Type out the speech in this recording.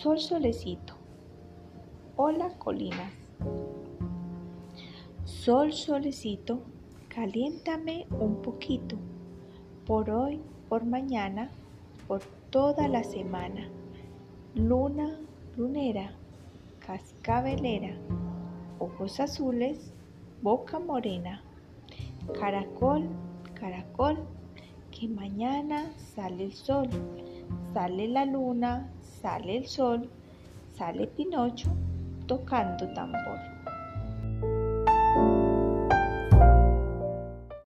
Sol solecito. Hola colinas. Sol solecito, caliéntame un poquito. Por hoy, por mañana, por toda la semana. Luna, lunera, cascabelera, ojos azules, boca morena. Caracol, caracol, que mañana sale el sol. Sale la luna, sale el sol, sale Pinocho tocando tambor.